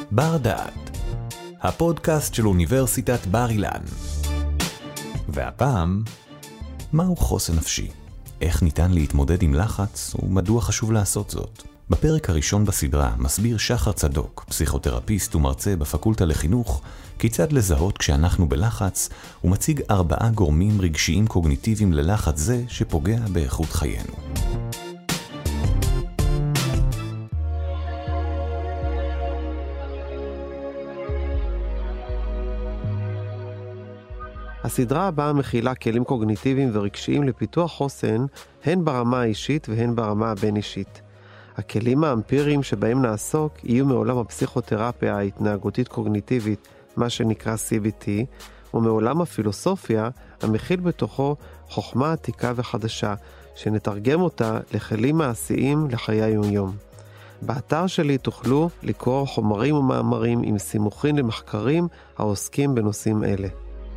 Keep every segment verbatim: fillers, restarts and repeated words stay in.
בר דעת, הפודקאסט של אוניברסיטת בר אילן. והפעם, מהו חוסן נפשי? איך ניתן להתמודד עם לחץ ומדוע חשוב לעשות זאת? בפרק הראשון בסדרה מסביר שחר צדוק, פסיכותרפיסט ומרצה בפקולטה לחינוך, כיצד לזהות כשאנחנו בלחץ, ומציג ארבעה גורמים רגשיים קוגניטיביים ללחץ זה שפוגע באיכות חיינו. הסדרה הבאה מכילה כלים קוגניטיביים ורגשיים לפיתוח חוסן, הן ברמה האישית והן ברמה הבין-אישית. הכלים האמפיריים שבהם נעסוק יהיו מעולם הפסיכותרפיה ההתנהגותית קוגניטיבית, מה שנקרא סי בי טי, ומעולם הפילוסופיה המכיל בתוכו חוכמה עתיקה וחדשה, שנתרגם אותה לכלים מעשיים לחיי היום-יום. באתר שלי תוכלו לקרוא חומרים ומאמרים עם סימוכין למחקרים העוסקים בנושאים אלה.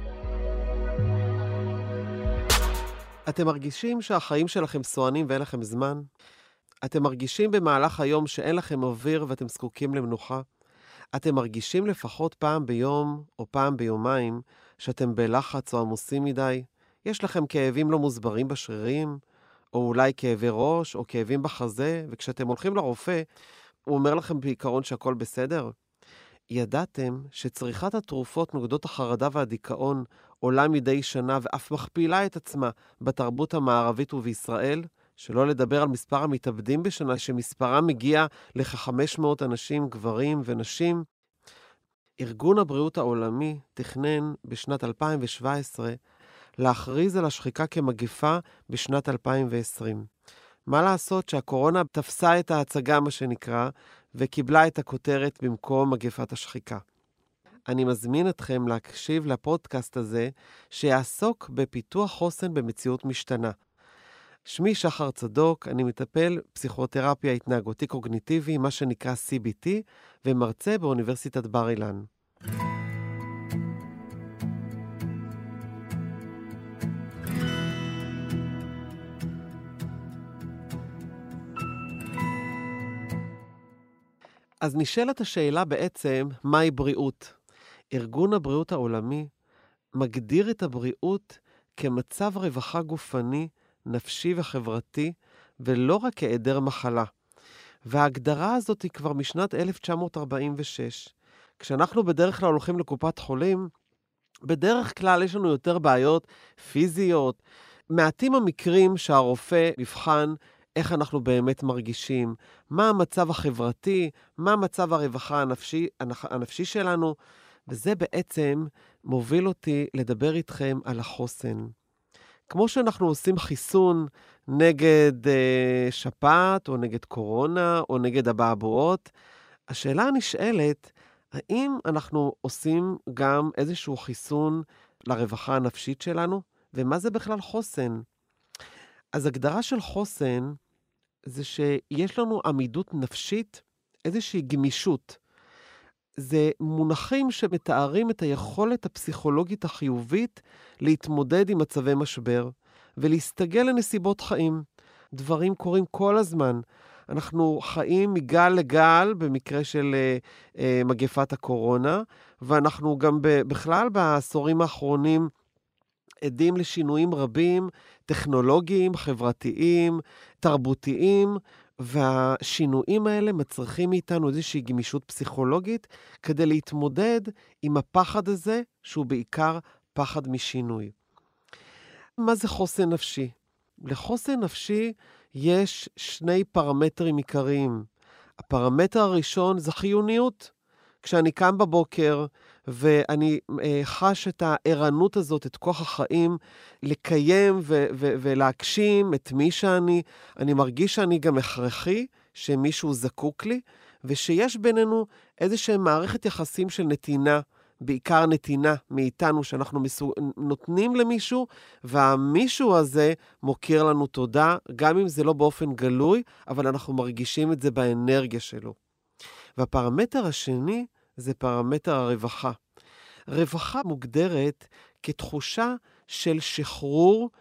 אתם מרגישים שהחיים שלכם סוענים ואין לכם זמן? אתם מרגישים במהלך היום שאין לכם אוויר ואתם זקוקים למנוחה? אתם מרגישים לפחות פעם ביום או פעם ביומיים שאתם בלחץ או עמוסים מדי? יש לכם כאבים לא מוסברים בשרירים? או אולי כאבי ראש או כאבים בחזה? וכשאתם הולכים לרופא, הוא אומר לכם בעיקרון שהכל בסדר? ידעתם שצריכת התרופות נוגדות החרדה והדיכאון עולה מדי שנה ואף מכפילה את עצמה בתרבות המערבית ובישראל? שלא לדבר על מספר המתאבדים בשנה, שמספרם מגיע לכ-חמש מאות אנשים, גברים ונשים. ארגון הבריאות העולמי תכנן בשנת אלפיים שבע עשרה להכריז על השחיקה כמגפה בשנת אלפיים ועשרים. מה לעשות שהקורונה תפסה את ההצגה, מה שנקרא, וקיבלה את הכותרת במקום מגפת השחיקה. אני מזמין אתכם להקשיב לפודקאסט הזה, שיעסוק בפיתוח חוסן במציאות משתנה. שמי שחר צדוק, אני מטפל פסיכותרפיה התנהגותי קוגניטיבי, מה שנקרא סי בי טי, ומרצה באוניברסיטת בר אילן. אז נשאלת השאלה בעצם, מהי בריאות? ארגון הבריאות העולמי מגדיר את הבריאות כמצב רווחה גופני, נפשי וחברתי, ולא רק כהיעדר מחלה. וההגדרה הזאת היא כבר משנת אלף תשע מאות ארבעים ושש. כשאנחנו בדרך כלל הולכים לקופת חולים, בדרך כלל יש לנו יותר בעיות פיזיות. מעטים המקרים שהרופא יבחן איך אנחנו באמת מרגישים, מה המצב החברתי, מה מצב הרווחה הנפשי, הנפשי שלנו, וזה בעצם מוביל אותי לדבר איתכם על החוסן. כמו שאנחנו עושים חיסון נגד אה, שפעת, או נגד קורונה, או נגד הבעבועות, השאלה הנשאלת, האם אנחנו עושים גם איזשהו חיסון לרווחה הנפשית שלנו? ומה זה בכלל חוסן? אז הגדרה של חוסן זה שיש לנו עמידות נפשית, איזושהי גמישות. זה מונחים שמתארים את היכולת הפסיכולוגית החיובית להתמודד עם מצבי משבר, ולהסתגל לנסיבות חיים. דברים קורים כל הזמן. אנחנו חיים מגל לגל במקרה של uh, uh, מגפת הקורונה, ואנחנו גם ב- בכלל בעשורים האחרונים עדים לשינויים רבים, טכנולוגיים, חברתיים, תרבותיים, והשינויים האלה מצריכים מאיתנו איזושהי גמישות פסיכולוגית, כדי להתמודד עם הפחד הזה, שהוא בעיקר פחד משינוי. מה זה חוסן נפשי? לחוסן נפשי יש שני פרמטרים עיקריים. הפרמטר הראשון זה חיוניות. כשאני קם בבוקר ואני אה, חש את הערנות הזאת, את כוח החיים, לקיים ו- ו- ולהגשים את מי שאני, אני מרגיש שאני גם הכרחי, שמישהו זקוק לי, ושיש בינינו איזושהי מערכת יחסים של נתינה, בעיקר נתינה מאיתנו, שאנחנו מסוג... נותנים למישהו, והמישהו הזה מוקיר לנו תודה, גם אם זה לא באופן גלוי, אבל אנחנו מרגישים את זה באנרגיה שלו. והפרמטר השני זה פרמטר הרווחה. רווחה מוגדרת כתחושה של שחרור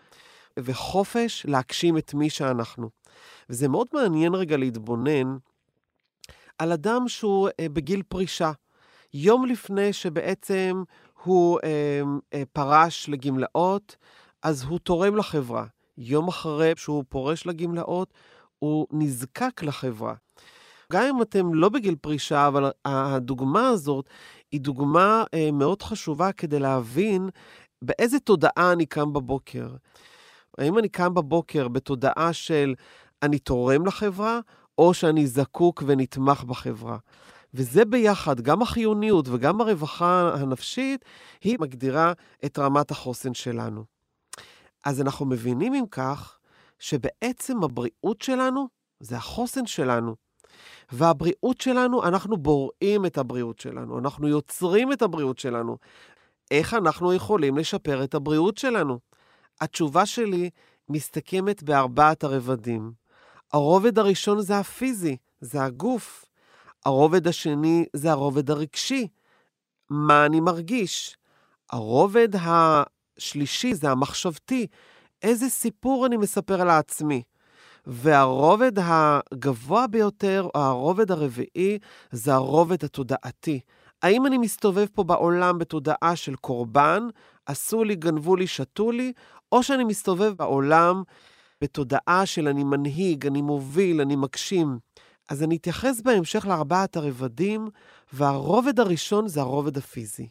וחופש להגשים את מי שאנחנו. וזה מאוד מעניין רגע להתבונן על אדם שהוא אה, בגיל פרישה. יום לפני שבעצם הוא אה, אה, פרש לגמלאות, אז הוא תורם לחברה. יום אחרי שהוא פורש לגמלאות, הוא נזקק לחברה. גם אם אתם לא בגיל פרישה, אבל הדוגמה הזאת היא דוגמה אה, מאוד חשובה כדי להבין באיזה תודעה אני קם בבוקר. האם אני קם בבוקר בתודעה של אני תורם לחברה, או שאני זקוק ונתמך בחברה. וזה ביחד, גם החיוניות וגם הרווחה הנפשית, היא מגדירה את רמת החוסן שלנו. אז אנחנו מבינים עם כך, שבעצם הבריאות שלנו, זה החוסן שלנו. והבריאות שלנו, אנחנו בוראים את הבריאות שלנו, אנחנו יוצרים את הבריאות שלנו. איך אנחנו יכולים לשפר את הבריאות שלנו? התשובה שלי מסתכמת בארבעת הרבדים. הרובד הראשון זה הפיזי, זה הגוף. הרובד השני זה הרובד הרגשי, מה אני מרגיש. הרובד השלישי זה המחשבתי, איזה סיפור אני מספר על עצמי. והרובד הגבוה ביותר, או הרובד הרביעי, זה הרובד התודעתי. האם אני מסתובב פה בעולם בתודעה של קורבן, עשו לי, גנבו לי, שתו לי, או שאני מסתובב בעולם בתודעה של אני מנהיג, אני מוביל, אני מגשים. אז אני אתייחס בהמשך לארבעת הרבדים, והרובד הראשון זה הרובד הפיזי.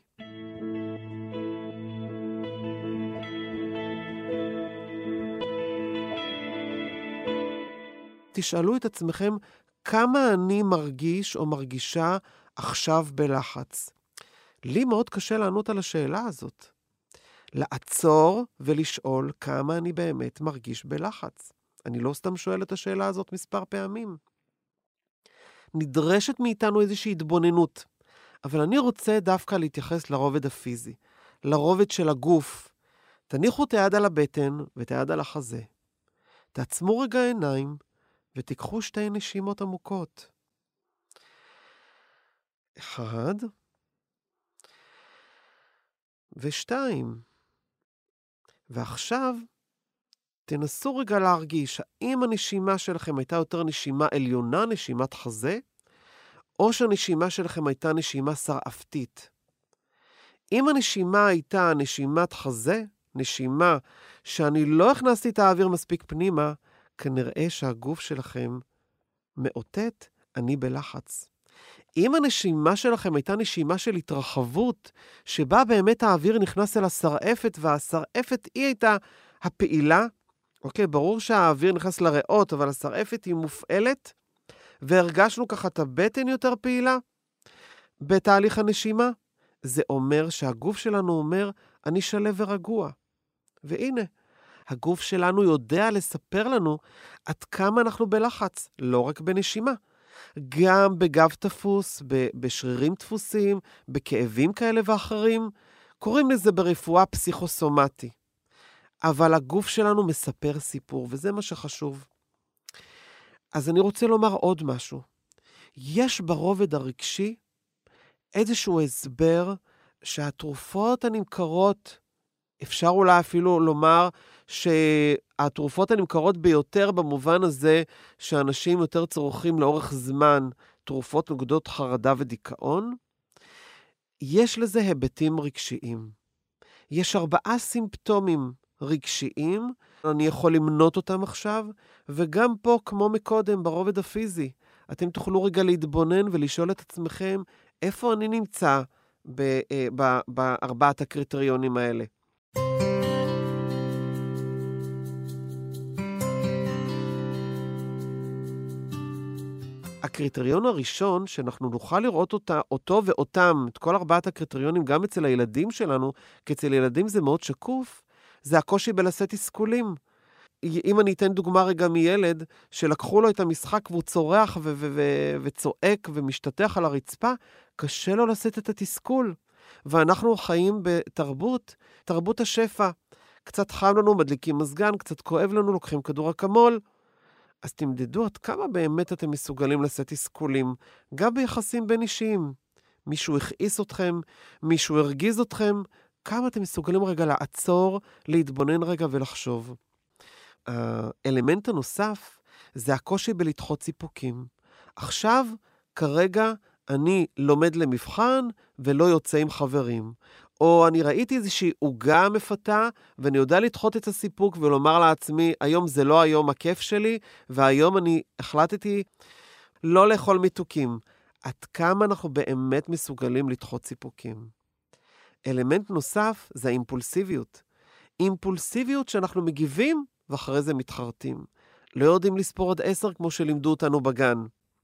תשאלו את עצמכם כמה אני מרגיש או מרגישה עכשיו בלחץ. לי מאוד קשה לענות על השאלה הזאת. לעצור ולשאול כמה אני באמת מרגיש בלחץ. אני לא סתם שואל את השאלה הזאת מספר פעמים. נדרשת מאיתנו איזושהי התבוננות, אבל אני רוצה דווקא להתייחס לרובד הפיזי, לרובד של הגוף. תניחו את היד על הבטן ואת היד על החזה. תעצמו רגע עיניים ותיקחו שתי נשימות עמוקות. אחד ושתיים. ועכשיו תנסו רגע להרגיש, האם הנשימה שלכם הייתה יותר נשימה עליונה, נשימת חזה, או שהנשימה שלכם הייתה נשימה שרעפתית. אם הנשימה הייתה נשימת חזה, נשימה שאני לא הכנסתי את האוויר מספיק פנימה, כנראה שהגוף שלכם מאותת, אני בלחץ. אם הנשימה שלכם הייתה נשימה של התרחבות, שבה באמת האוויר נכנס אל השרעפת, והשרעפת היא הייתה הפעילה, אוקיי, ברור שהאוויר נכנס לריאות, אבל השרעפת היא מופעלת, והרגשנו ככה את הבטן יותר פעילה בתהליך הנשימה. זה אומר שהגוף שלנו אומר, אני שלב ורגוע. והנה, הגוף שלנו יודע לספר לנו עד כמה אנחנו בלחץ, לא רק בנשימה. גם בגב תפוס, בשרירים תפוסים, בכאבים כאלה ואחרים. קוראים לזה ברפואה פסיכוסומטי. אבל הגוף שלנו מספר סיפור, וזה מה שחשוב. אז אני רוצה לומר עוד משהו. יש ברובד הרגשי איזשהו הסבר שהתרופות הנמכרות, אפשר אולי אפילו לומר שהתרופות הנמכרות ביותר במובן הזה שאנשים יותר צורכים לאורך זמן תרופות נוגדות חרדה ודיכאון, יש לזה היבטים רגשיים. יש ארבעה סימפטומים רגשיים, אני יכול למנות אותם עכשיו, וגם פה כמו מקודם ברובד הפיזי, אתם תוכלו רגע להתבונן ולשאול את עצמכם איפה אני נמצא ב- ב- בארבעת הקריטריונים האלה. הקריטריון הראשון, שאנחנו נוכל לראות אותה, אותו ואותם, את כל ארבעת הקריטריונים, גם אצל הילדים שלנו, כי אצל ילדים זה מאוד שקוף, זה הקושי בלשאת תסכולים. אם אני אתן דוגמה רגע מילד, שלקחו לו את המשחק והוא צורח ו- ו- ו- וצועק ומשתתח על הרצפה, קשה לו לשאת את התסכול. ואנחנו חיים בתרבות, תרבות השפע. קצת חם לנו, מדליקים מזגן, קצת כואב לנו, לוקחים כדור אקמול. אז תמדדו עד כמה באמת אתם מסוגלים לשאת תסכולים, גם ביחסים בין אישיים. מישהו הכעיס אתכם, מישהו הרגיז אתכם, כמה אתם מסוגלים רגע לעצור, להתבונן רגע ולחשוב. האלמנט הנוסף זה הקושי בלדחות סיפוקים. עכשיו כרגע אני לומד למבחן ולא יוצא עם חברים. או אני ראיתי איזושהי עוגה מפתה, ואני יודע לדחות את הסיפוק ולומר לעצמי, היום זה לא היום הכיף שלי, והיום אני החלטתי לא לאכול מתוקים. עד כמה אנחנו באמת מסוגלים לדחות סיפוקים? אלמנט נוסף זה האימפולסיביות. אימפולסיביות שאנחנו מגיבים ואחרי זה מתחרטים. לא יודעים לספור עד עשר כמו שלימדו אותנו בגן.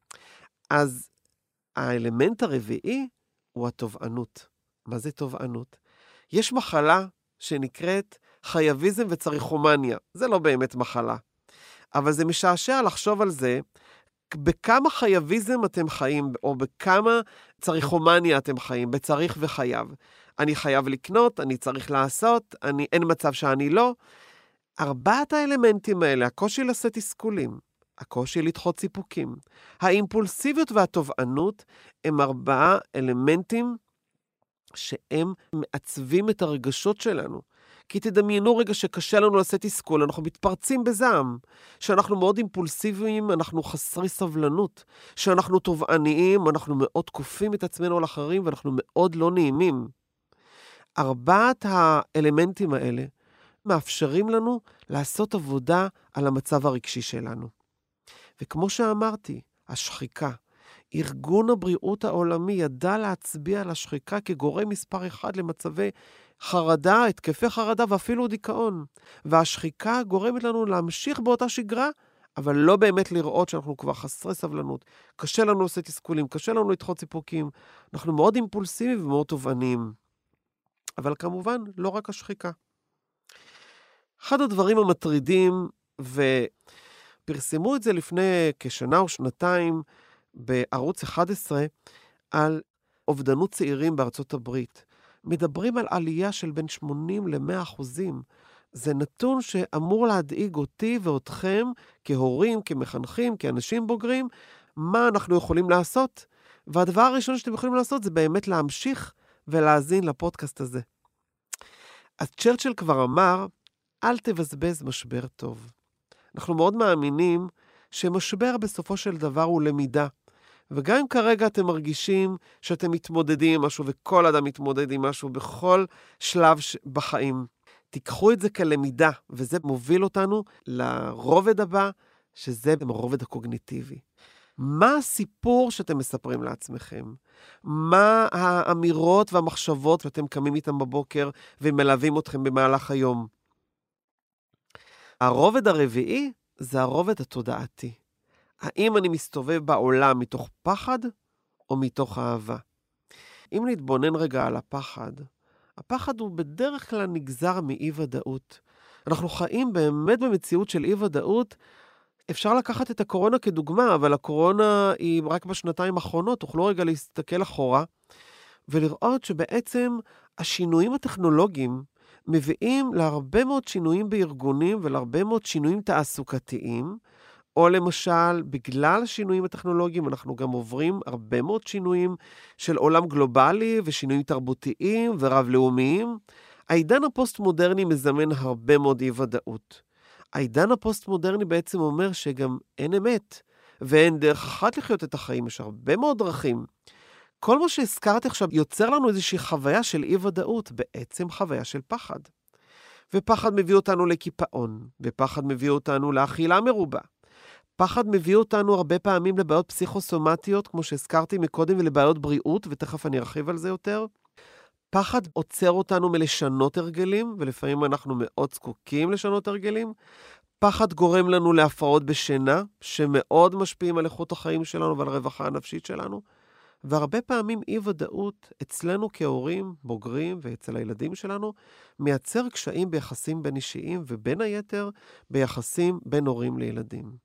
אז האלמנט הרביעי הוא התובענות. מה זה תובענות? יש מחלה שנקראת חייביזם וצריכומניה. זה לא באמת מחלה. אבל זה משעשע לחשוב על זה, בכמה חייביזם אתם חיים, או בכמה צריכומניה אתם חיים, בצריך וחייב. אני חייב לקנות, אני צריך לעשות, אני, אין מצב שאני לא. ארבעת האלמנטים האלה, הקושי לשאת תסכולים, הקושי לדחות סיפוקים, האימפולסיביות והתובענות, הם ארבעה אלמנטים שהם מעצבים את הרגשות שלנו. כי תדמיינו רגע שקשה לנו לשאת תסכול, אנחנו מתפרצים בזעם, שאנחנו מאוד אימפולסיביים, אנחנו חסרי סבלנות, שאנחנו תובעניים, אנחנו מאוד קופים את עצמנו על אחרים, ואנחנו מאוד לא נעימים. ארבעת האלמנטים האלה מאפשרים לנו לעשות עבודה על המצב הרגשי שלנו. וכמו שאמרתי, השחיקה, ארגון הבריאות העולמי ידע להצביע על השחיקה כגורם מספר אחד למצבי חרדה, התקפי חרדה ואפילו דיכאון. והשחיקה גורמת לנו להמשיך באותה שגרה, אבל לא באמת לראות שאנחנו כבר חסרי סבלנות. קשה לנו לעשות תסכולים, קשה לנו לדחות סיפוקים. אנחנו מאוד אימפולסיביים ומאוד תובעניים. אבל כמובן, לא רק השחיקה. אחד הדברים המטרידים, ופרסמו את זה לפני כשנה או שנתיים, בערוץ אחת עשרה, על אובדנות צעירים בארצות הברית. מדברים על עלייה של בין שמונים למאה אחוזים. זה נתון שאמור להדאיג אותי ואותכם כהורים, כמחנכים, כאנשים בוגרים, מה אנחנו יכולים לעשות. והדבר הראשון שאתם יכולים לעשות זה באמת להמשיך ולהאזין לפודקאסט הזה. אז צ'רצ'יל כבר אמר, אל תבזבז משבר טוב. אנחנו מאוד מאמינים שמשבר בסופו של דבר הוא למידה. וגם אם כרגע אתם מרגישים שאתם מתמודדים עם משהו, וכל אדם מתמודד עם משהו בכל שלב בחיים, תיקחו את זה כלמידה, וזה מוביל אותנו לרובד הבא, שזה הרובד הקוגניטיבי. מה הסיפור שאתם מספרים לעצמכם? מה האמירות והמחשבות שאתם קמים איתם בבוקר ומלווים אתכם במהלך היום? הרובד הרביעי זה הרובד התודעתי. האם אני מסתובב בעולם מתוך פחד או מתוך אהבה? אם נתבונן רגע על הפחד, הפחד הוא בדרך כלל נגזר מאי-ודאות. אנחנו חיים באמת במציאות של אי-ודאות. אפשר לקחת את הקורונה כדוגמה, אבל הקורונה היא רק בשנתיים האחרונות. תוכלו רגע להסתכל אחורה ולראות שבעצם השינויים הטכנולוגיים מביאים להרבה מאוד שינויים בארגונים ולהרבה מאוד שינויים תעסוקתיים, או למשל, בגלל השינויים הטכנולוגיים, אנחנו גם עוברים הרבה מאוד שינויים של עולם גלובלי ושינויים תרבותיים ורב-לאומיים. העידן הפוסט-מודרני מזמן הרבה מאוד אי-ודאות. העידן הפוסט-מודרני בעצם אומר שגם אין אמת, ואין דרך אחת לחיות את החיים, יש הרבה מאוד דרכים. כל מה שהזכרתי עכשיו יוצר לנו איזושהי חוויה של אי-ודאות, בעצם חוויה של פחד. ופחד מביא אותנו לקיפאון, ופחד מביא אותנו לאכילה מרובה. פחד מביא אותנו הרבה פעמים לבעיות פסיכוסומטיות, כמו שהזכרתי מקודם, ולבעיות בריאות, ותכף אני ארחיב על זה יותר. פחד עוצר אותנו מלשנות הרגלים, ולפעמים אנחנו מאוד זקוקים לשנות הרגלים. פחד גורם לנו להפרעות בשינה, שמאוד משפיעים על איכות החיים שלנו ועל הרווחה הנפשית שלנו. והרבה פעמים אי-ודאות אצלנו כהורים, בוגרים ואצל הילדים שלנו, מייצר קשיים ביחסים בין אישיים, ובין היתר ביחסים בין הורים לילדים.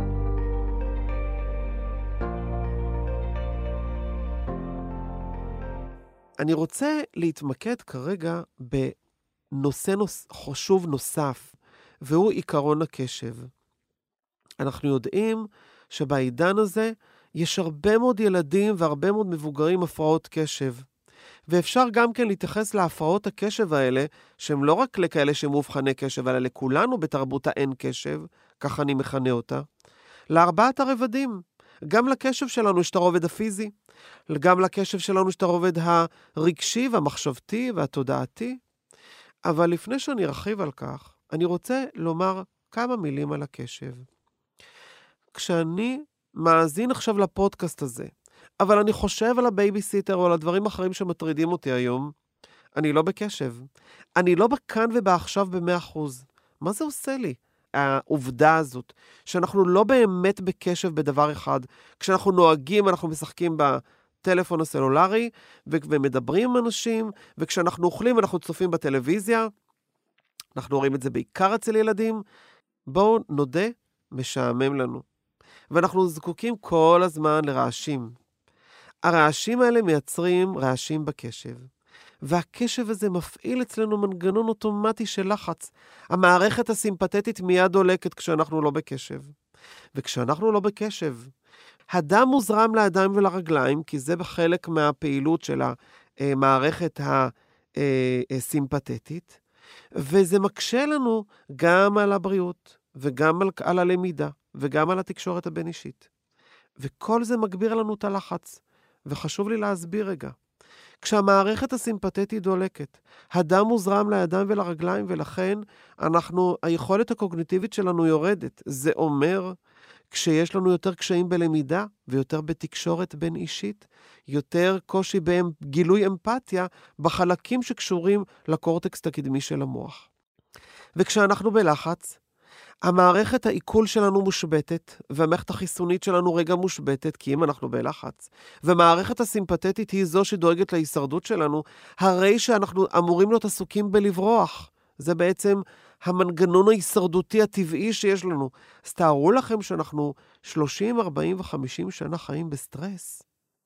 אני רוצה להתמקד כרגע בנושא נוס... חשוב נוסף, והוא עיקרון הקשב. אנחנו יודעים שבעידן הזה יש הרבה מאוד ילדים והרבה מאוד מבוגרים הפרעות קשב. ואפשר גם כן להתייחס להפרעות הקשב האלה, שהם לא רק לכאלה שמאובחני קשב, אלא לכולנו בתרבות האין קשב, ככה אני מכנה אותה, לארבעת הרבדים. גם לקשב שלנו יש את הרובד הפיזי, גם לקשב שלנו יש את הרובד הרגשי והמחשבתי והתודעתי. אבל לפני שאני ארחיב על כך, אני רוצה לומר כמה מילים על הקשב. כשאני מאזין עכשיו לפודקאסט הזה, אבל אני חושב על הבייביסיטר או על הדברים אחרים שמטרידים אותי היום, אני לא בקשב. אני לא בכאן ובעכשיו במאה אחוז. מה זה עושה לי? העובדה הזאת, שאנחנו לא באמת בקשב בדבר אחד. כשאנחנו נוהגים, אנחנו משחקים בטלפון הסלולרי, ומדברים עם אנשים, וכשאנחנו אוכלים, אנחנו צופים בטלוויזיה, אנחנו רואים את זה בעיקר אצל ילדים. בואו נודה, משעמם לנו. ואנחנו זקוקים כל הזמן לרעשים. הרעשים האלה מייצרים רעשים בקשב. והקשב הזה מפעיל אצלנו מנגנון אוטומטי של לחץ. המערכת הסימפתטית מיד דולקת כשאנחנו לא בקשב. וכשאנחנו לא בקשב, הדם מוזרם לידיים ולרגליים, כי זה בחלק מהפעילות של המערכת הסימפתטית, וזה מקשה לנו גם על הבריאות, וגם על, על הלמידה, וגם על התקשורת הבין-אישית. וכל זה מגביר לנו את הלחץ. וחשוב לי להסביר רגע. כשהמערכת הסימפתטית דולקת, הדם מוזרם לידיים ולרגליים, ולכן אנחנו, היכולת הקוגניטיבית שלנו יורדת. זה אומר, כשיש לנו יותר קשיים בלמידה, ויותר בתקשורת בין אישית, יותר קושי בגילוי אמפתיה, בחלקים שקשורים לקורטקס הקדמי של המוח. וכשאנחנו בלחץ, המערכת העיכול שלנו מושבתת, והמערכת החיסונית שלנו רגע מושבתת, כי אם אנחנו בלחץ, ומערכת הסימפתטית היא זו שדואגת להישרדות שלנו, הרי שאנחנו אמורים להיות עסוקים בלברוח. זה בעצם המנגנון ההישרדותי הטבעי שיש לנו. אז תארו לכם שאנחנו שלושים, ארבעים וחמישים שנה חיים בסטרס,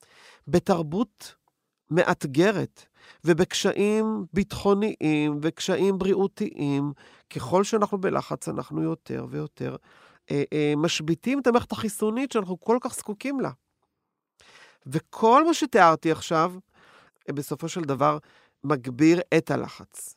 בתרבות מאתגרת, ובקשיים ביטחוניים וקשיים בריאותיים. ככל שאנחנו בלחץ, אנחנו יותר ויותר אה, אה, משביטים את המערכת החיסונית שאנחנו כל כך זקוקים לה. וכל מה שתיארתי עכשיו, אה, בסופו של דבר, מגביר את הלחץ.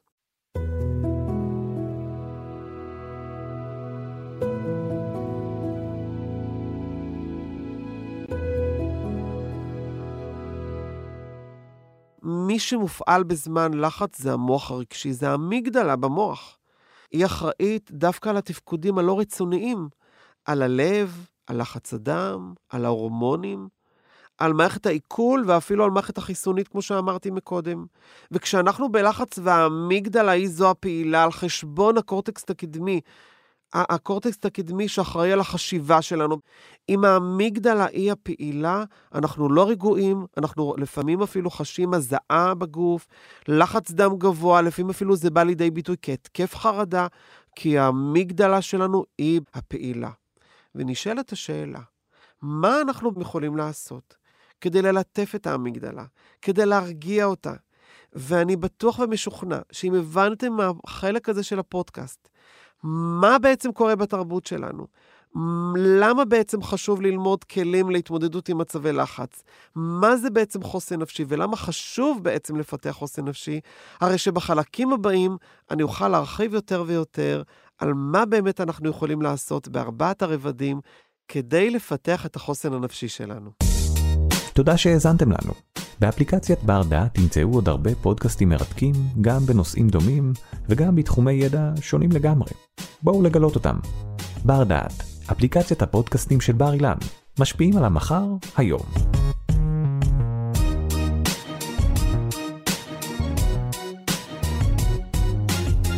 מי שמופעל בזמן לחץ זה המוח הרגשי, זה המגדלה במוח. היא אחראית דווקא על התפקודים הלא רצוניים, על הלב, על לחץ הדם, על ההורמונים, על מערכת העיכול ואפילו על מערכת החיסונית, כמו שאמרתי מקודם. וכשאנחנו בלחץ והמגדלה היא זו הפעילה על חשבון הקורטקס הקדמי, הקורטקס הקדמי שאחראי על החשיבה שלנו. אם המגדלה היא הפעילה, אנחנו לא רגועים, אנחנו לפעמים אפילו חשים הזעה בגוף, לחץ דם גבוה, לפעמים אפילו זה בא לידי ביטוי כהתקף חרדה, כי המגדלה שלנו היא הפעילה. ונשאלת השאלה, מה אנחנו יכולים לעשות כדי ללטף את המגדלה, כדי להרגיע אותה? ואני בטוח ומשוכנע שאם הבנתם מהחלק הזה של הפודקאסט, מה בעצם קורה בתרבות שלנו? למה בעצם חשוב ללמוד כלים להתמודדות עם מצבי לחץ? מה זה בעצם חוסן נפשי? ולמה חשוב בעצם לפתח חוסן נפשי? הרי שבחלקים הבאים אני אוכל להרחיב יותר ויותר על מה באמת אנחנו יכולים לעשות בארבעת הרבדים כדי לפתח את החוסן הנפשי שלנו. תודה שהאזנתם לנו. באפליקציית בר דעת תמצאו עוד הרבה פודקאסטים מרתקים, גם בנושאים דומים וגם בתחומי ידע שונים לגמרי. בואו לגלות אותם. בר דעת, אפליקציית הפודקאסטים של בר אילן, משפיעים על המחר היום.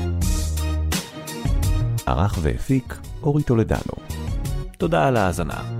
ערך והפיק אורי טולדנו. תודה על ההאזנה.